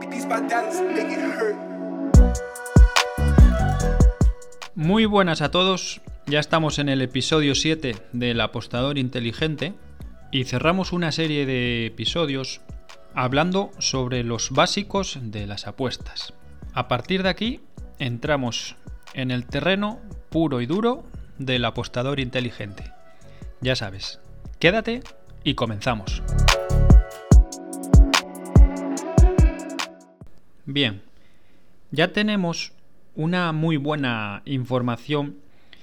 Muy buenas a todos, ya estamos en el episodio 7 del Apostador Inteligente y cerramos una serie de episodios hablando sobre los básicos de las apuestas. A partir de aquí entramos en el terreno puro y duro del apostador inteligente. Ya sabes, quédate y comenzamos. Bien, ya tenemos una muy buena información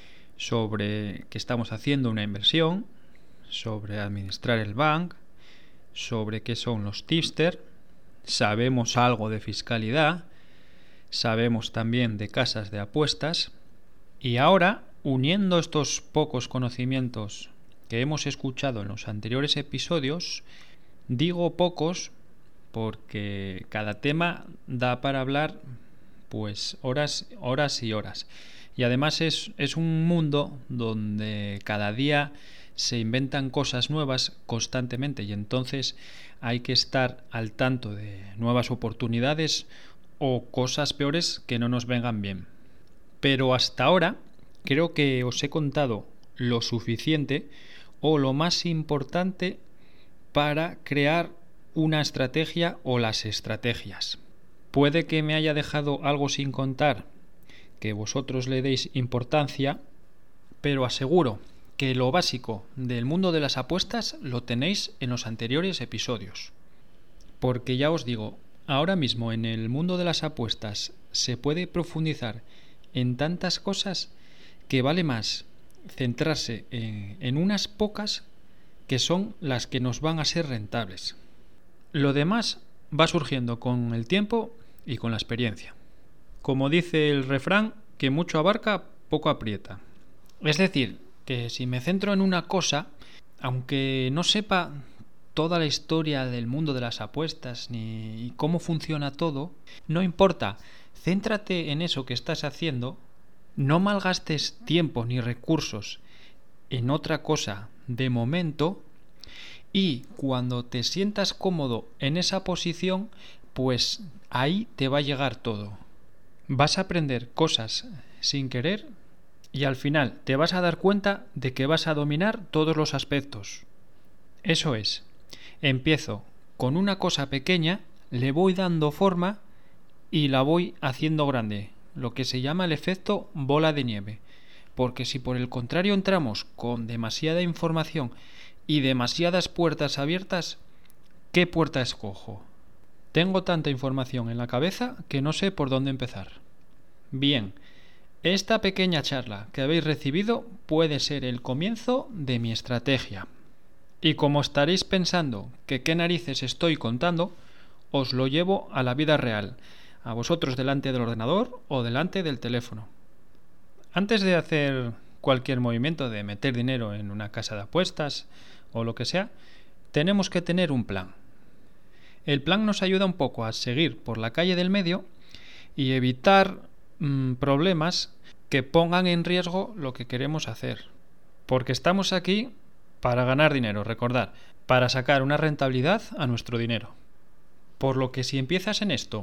sobre que estamos haciendo una inversión, sobre administrar el bank, sobre qué son los tipsters, sabemos algo de fiscalidad, sabemos también de casas de apuestas y ahora, uniendo estos pocos conocimientos que hemos escuchado en los anteriores episodios, digo pocos porque cada tema da para hablar pues horas y horas. Y además es un mundo donde cada día se inventan cosas nuevas constantemente y entonces hay que estar al tanto de nuevas oportunidades o cosas peores que no nos vengan bien. Pero hasta ahora creo que os he contado lo suficiente o lo más importante para crear una estrategia o las estrategias. Puede que me haya dejado algo sin contar, que vosotros le deis importancia, pero aseguro que lo básico del mundo de las apuestas lo tenéis en los anteriores episodios. Porque ya os digo, ahora mismo en el mundo de las apuestas se puede profundizar en tantas cosas que vale más centrarse en unas pocas que son las que nos van a ser rentables. Lo demás va surgiendo con el tiempo y con la experiencia. Como dice el refrán, que mucho abarca, poco aprieta. Es decir, que si me centro en una cosa, aunque no sepa toda la historia del mundo de las apuestas ni cómo funciona todo, no importa, céntrate en eso que estás haciendo, no malgastes tiempo ni recursos en otra cosa de momento y cuando te sientas cómodo en esa posición, pues ahí te va a llegar todo. Vas a aprender cosas sin querer y al final te vas a dar cuenta de que vas a dominar todos los aspectos. Eso es, empiezo con una cosa pequeña, le voy dando forma y la voy haciendo grande, lo que se llama el efecto bola de nieve. Porque si por el contrario entramos con demasiada información y demasiadas puertas abiertas, ¿qué puerta escojo? Tengo tanta información en la cabeza que no sé por dónde empezar. Bien, esta pequeña charla que habéis recibido puede ser el comienzo de mi estrategia. Y como estaréis pensando que qué narices estoy contando, os lo llevo a la vida real, a vosotros delante del ordenador o delante del teléfono. Antes de hacer cualquier movimiento de meter dinero en una casa de apuestas o lo que sea, tenemos que tener un plan. El plan nos ayuda un poco a seguir por la calle del medio y evitar problemas que pongan en riesgo lo que queremos hacer. Porque estamos aquí para ganar dinero, recordad, para sacar una rentabilidad a nuestro dinero. Por lo que si empiezas en esto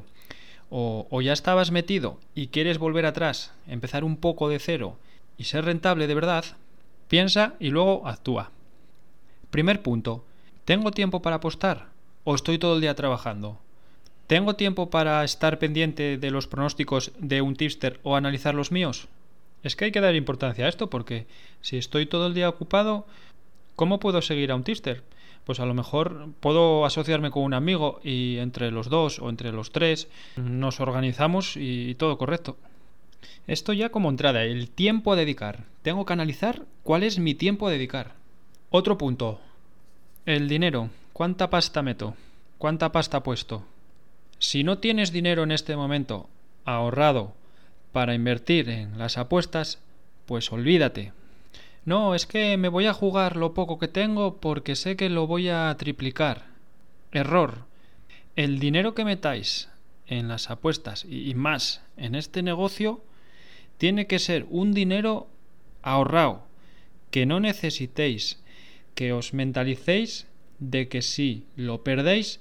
o ya estabas metido y quieres volver atrás, empezar un poco de cero y ser rentable de verdad, piensa y luego actúa. Primer punto, ¿tengo tiempo para apostar o estoy todo el día trabajando? ¿Tengo tiempo para estar pendiente de los pronósticos de un tipster o analizar los míos? Es que hay que dar importancia a esto porque si estoy todo el día ocupado, ¿cómo puedo seguir a un tipster? Pues a lo mejor puedo asociarme con un amigo y entre los dos o entre los tres nos organizamos y todo correcto. Esto ya como entrada, el tiempo a dedicar. Tengo que analizar cuál es mi tiempo a dedicar. Otro punto, el dinero. ¿Cuánta pasta meto? ¿Cuánta pasta puesto? Si no tienes dinero en este momento ahorrado para invertir en las apuestas, pues olvídate. No, es que me voy a jugar lo poco que tengo porque sé que lo voy a triplicar. Error. El dinero que metáis en las apuestas y más en este negocio tiene que ser un dinero ahorrado, que no necesitéis, que os mentalicéis de que si lo perdéis,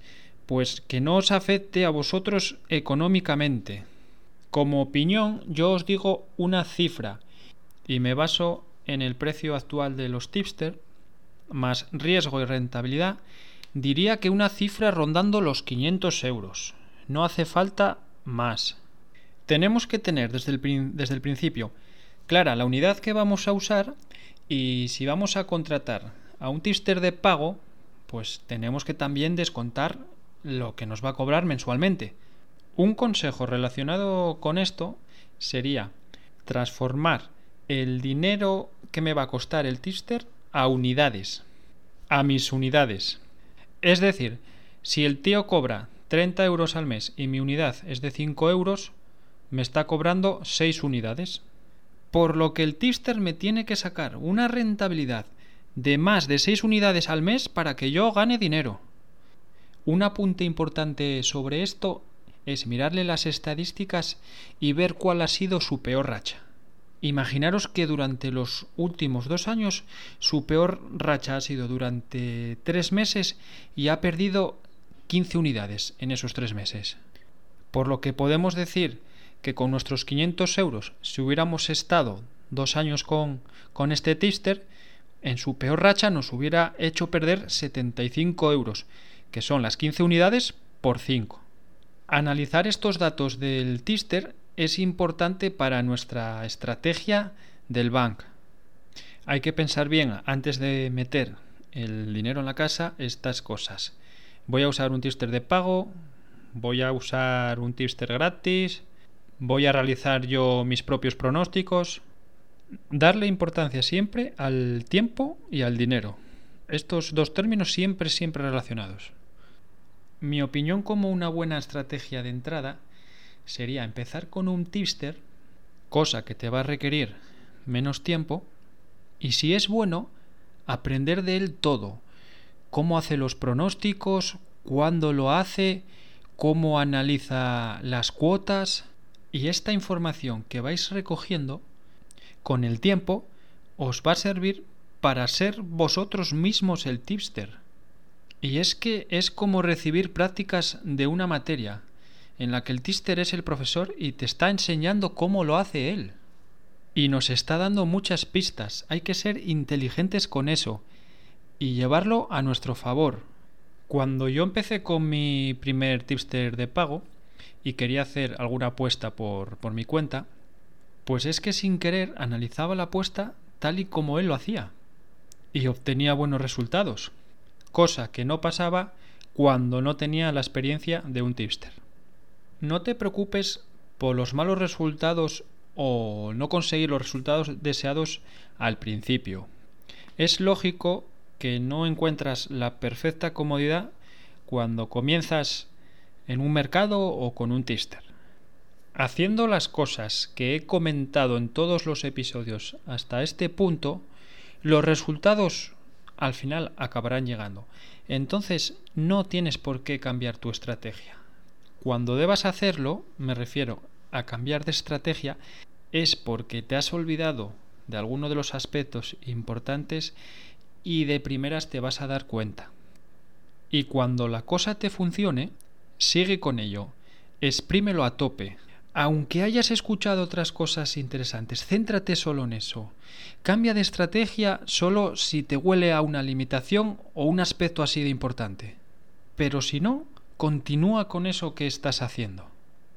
pues que no os afecte a vosotros económicamente. Como opinión, yo os digo una cifra y me baso en el precio actual de los tipster, más riesgo y rentabilidad, diría que una cifra rondando los 500 euros. No hace falta más. Tenemos que tener desde el principio clara la unidad que vamos a usar, y si vamos a contratar a un tipster de pago, pues tenemos que también descontar lo que nos va a cobrar mensualmente. Un consejo relacionado con esto sería transformar el dinero que me va a costar el tipster a unidades, a mis unidades. Es decir, si el tío cobra 30 euros al mes y mi unidad es de 5 euros, me está cobrando 6 unidades. Por lo que el tipster me tiene que sacar una rentabilidad de más de 6 unidades al mes para que yo gane dinero. Un apunte importante sobre esto es mirarle las estadísticas y ver cuál ha sido su peor racha. Imaginaros que durante los últimos 2 años su peor racha ha sido durante 3 meses y ha perdido 15 unidades en esos 3 meses. Por lo que podemos decir que con nuestros 500 euros, si hubiéramos estado 2 años con este tipster, en su peor racha nos hubiera hecho perder 75 euros, que son las 15 unidades por 5. Analizar estos datos del tipster es importante para nuestra estrategia del bank. Hay que pensar bien antes de meter el dinero en la casa estas cosas. Voy a usar un tipster de pago, voy a usar un tipster gratis, voy a realizar yo mis propios pronósticos. Darle importancia siempre al tiempo y al dinero. Estos dos términos siempre relacionados. Mi opinión como una buena estrategia de entrada sería empezar con un tipster, cosa que te va a requerir menos tiempo, y si es bueno, aprender de él todo. Cómo hace los pronósticos, cuándo lo hace, cómo analiza las cuotas, y esta información que vais recogiendo con el tiempo os va a servir para ser vosotros mismos el tipster. Y es que es como recibir prácticas de una materia en la que el tipster es el profesor y te está enseñando cómo lo hace él. Y nos está dando muchas pistas. Hay que ser inteligentes con eso y llevarlo a nuestro favor. Cuando yo empecé con mi primer tipster de pago y quería hacer alguna apuesta por mi cuenta, pues es que sin querer analizaba la apuesta tal y como él lo hacía y obtenía buenos resultados, cosa que no pasaba cuando no tenía la experiencia de un tipster. No te preocupes por los malos resultados o no conseguir los resultados deseados al principio. Es lógico que no encuentras la perfecta comodidad cuando comienzas en un mercado o con un tipster. Haciendo las cosas que he comentado en todos los episodios hasta este punto, los resultados al final acabarán llegando. Entonces no tienes por qué cambiar tu estrategia. Cuando debas hacerlo, me refiero a cambiar de estrategia, es porque te has olvidado de alguno de los aspectos importantes y de primeras te vas a dar cuenta. Y cuando la cosa te funcione, sigue con ello, exprímelo a tope. Aunque hayas escuchado otras cosas interesantes, céntrate solo en eso. Cambia de estrategia solo si te huele a una limitación o un aspecto así de importante. Pero si no, continúa con eso que estás haciendo.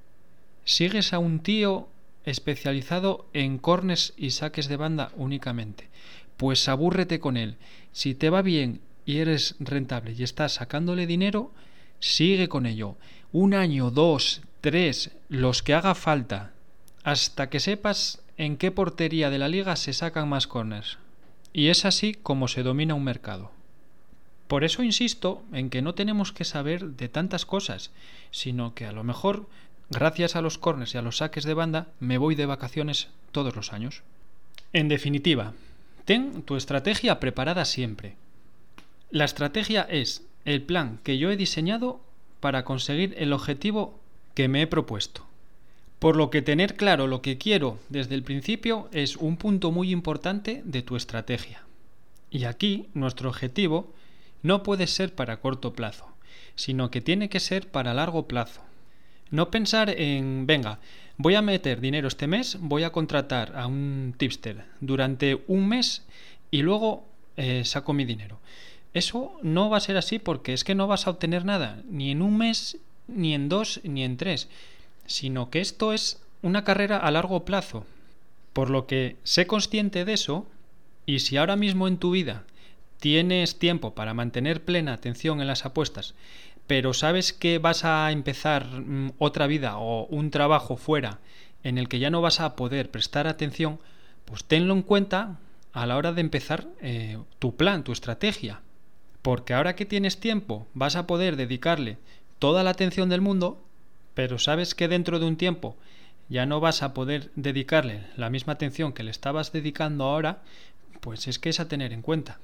Sigues a un tío especializado en corners y saques de banda únicamente. Pues abúrrete con él. Si te va bien y eres rentable y estás sacándole dinero, sigue con ello. 1 año, 2, 3, los que haga falta, hasta que sepas en qué portería de la liga se sacan más corners. Y es así como se domina un mercado. Por eso insisto en que no tenemos que saber de tantas cosas, sino que a lo mejor, gracias a los corners y a los saques de banda, me voy de vacaciones todos los años. En definitiva, ten tu estrategia preparada siempre. La estrategia es el plan que yo he diseñado para conseguir el objetivo que me he propuesto. Por lo que tener claro lo que quiero desde el principio es un punto muy importante de tu estrategia. Y aquí nuestro objetivo no puede ser para corto plazo, sino que tiene que ser para largo plazo. No pensar en, venga, voy a meter dinero este mes, voy a contratar a un tipster durante un mes y luego saco mi dinero. Eso no va a ser así porque es que no vas a obtener nada, ni en un mes, ni en 2, ni en 3, sino que esto es una carrera a largo plazo. Por lo que sé consciente de eso, y si ahora mismo en tu vida tienes tiempo para mantener plena atención en las apuestas, pero sabes que vas a empezar otra vida o un trabajo fuera en el que ya no vas a poder prestar atención, pues tenlo en cuenta a la hora de empezar tu plan, tu estrategia. Porque ahora que tienes tiempo vas a poder dedicarle toda la atención del mundo, pero sabes que dentro de un tiempo ya no vas a poder dedicarle la misma atención que le estabas dedicando ahora, pues es que es a tener en cuenta.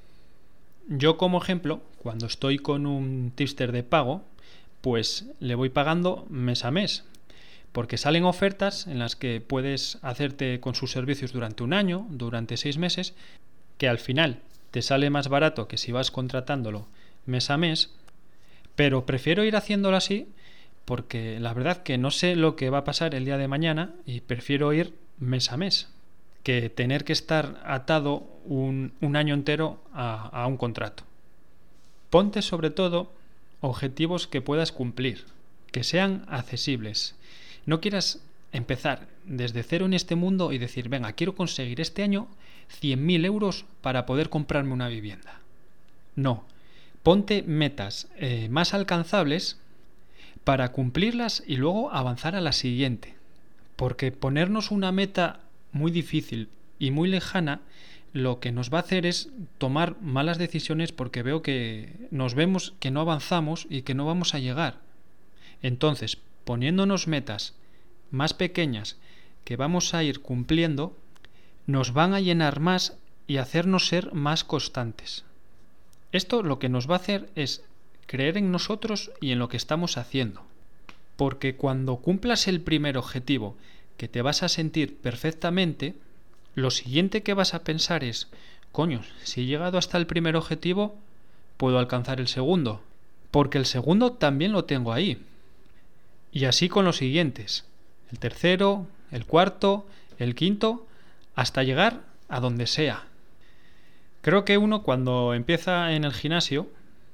Yo como ejemplo, cuando estoy con un tipster de pago, pues le voy pagando mes a mes, porque salen ofertas en las que puedes hacerte con sus servicios durante un año, durante 6 meses, que al final te sale más barato que si vas contratándolo mes a mes, pero prefiero ir haciéndolo así porque la verdad que no sé lo que va a pasar el día de mañana y prefiero ir mes a mes que tener que estar atado un año entero a un contrato. Ponte sobre todo objetivos que puedas cumplir, que sean accesibles. No quieras empezar desde cero en este mundo y decir, venga, quiero conseguir este año 100.000 euros para poder comprarme una vivienda. No, ponte metas más alcanzables para cumplirlas y luego avanzar a la siguiente. Porque ponernos una meta muy difícil y muy lejana lo que nos va a hacer es tomar malas decisiones porque veo que nos vemos que no avanzamos y que no vamos a llegar. Entonces, poniéndonos metas más pequeñas que vamos a ir cumpliendo, nos van a llenar más y hacernos ser más constantes. Esto lo que nos va a hacer es creer en nosotros y en lo que estamos haciendo. Porque cuando cumplas el primer objetivo, que te vas a sentir perfectamente, lo siguiente que vas a pensar es, coño, si he llegado hasta el primer objetivo, puedo alcanzar el segundo, porque el segundo también lo tengo ahí. Y así con los siguientes, el tercero, el cuarto, el quinto, hasta llegar a donde sea. Creo que uno cuando empieza en el gimnasio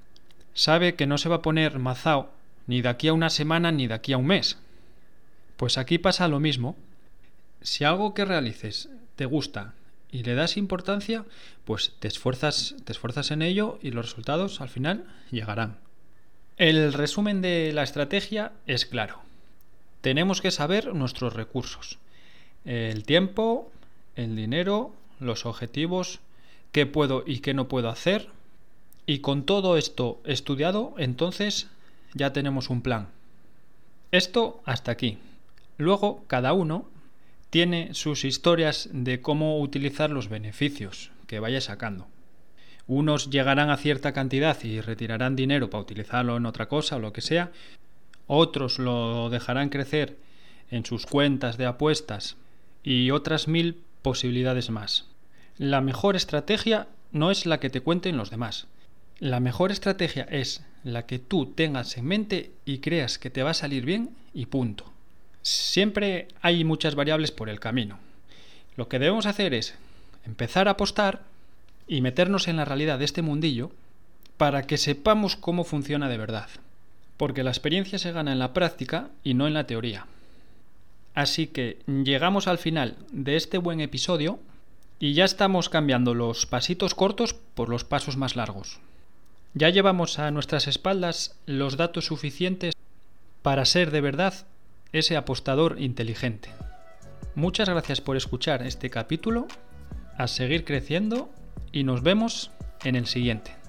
sabe que no se va a poner mazao ni de aquí a una semana ni de aquí a un mes. Pues aquí pasa lo mismo. Si algo que realices te gusta y le das importancia, pues te esfuerzas en ello y los resultados al final llegarán. El resumen de la estrategia es claro. Tenemos que saber nuestros recursos. El tiempo, el dinero, los objetivos, qué puedo y qué no puedo hacer. Y con todo esto estudiado, entonces ya tenemos un plan. Esto hasta aquí. Luego, cada uno tiene sus historias de cómo utilizar los beneficios que vaya sacando. Unos llegarán a cierta cantidad y retirarán dinero para utilizarlo en otra cosa o lo que sea. Otros lo dejarán crecer en sus cuentas de apuestas y otras 1000 posibilidades más. La mejor estrategia no es la que te cuenten los demás. La mejor estrategia es la que tú tengas en mente y creas que te va a salir bien y punto. Siempre hay muchas variables por el camino. Lo que debemos hacer es empezar a apostar y meternos en la realidad de este mundillo para que sepamos cómo funciona de verdad. Porque la experiencia se gana en la práctica y no en la teoría. Así que llegamos al final de este buen episodio y ya estamos cambiando los pasitos cortos por los pasos más largos. Ya llevamos a nuestras espaldas los datos suficientes para ser de verdad ese apostador inteligente. Muchas gracias por escuchar este capítulo, a seguir creciendo y nos vemos en el siguiente.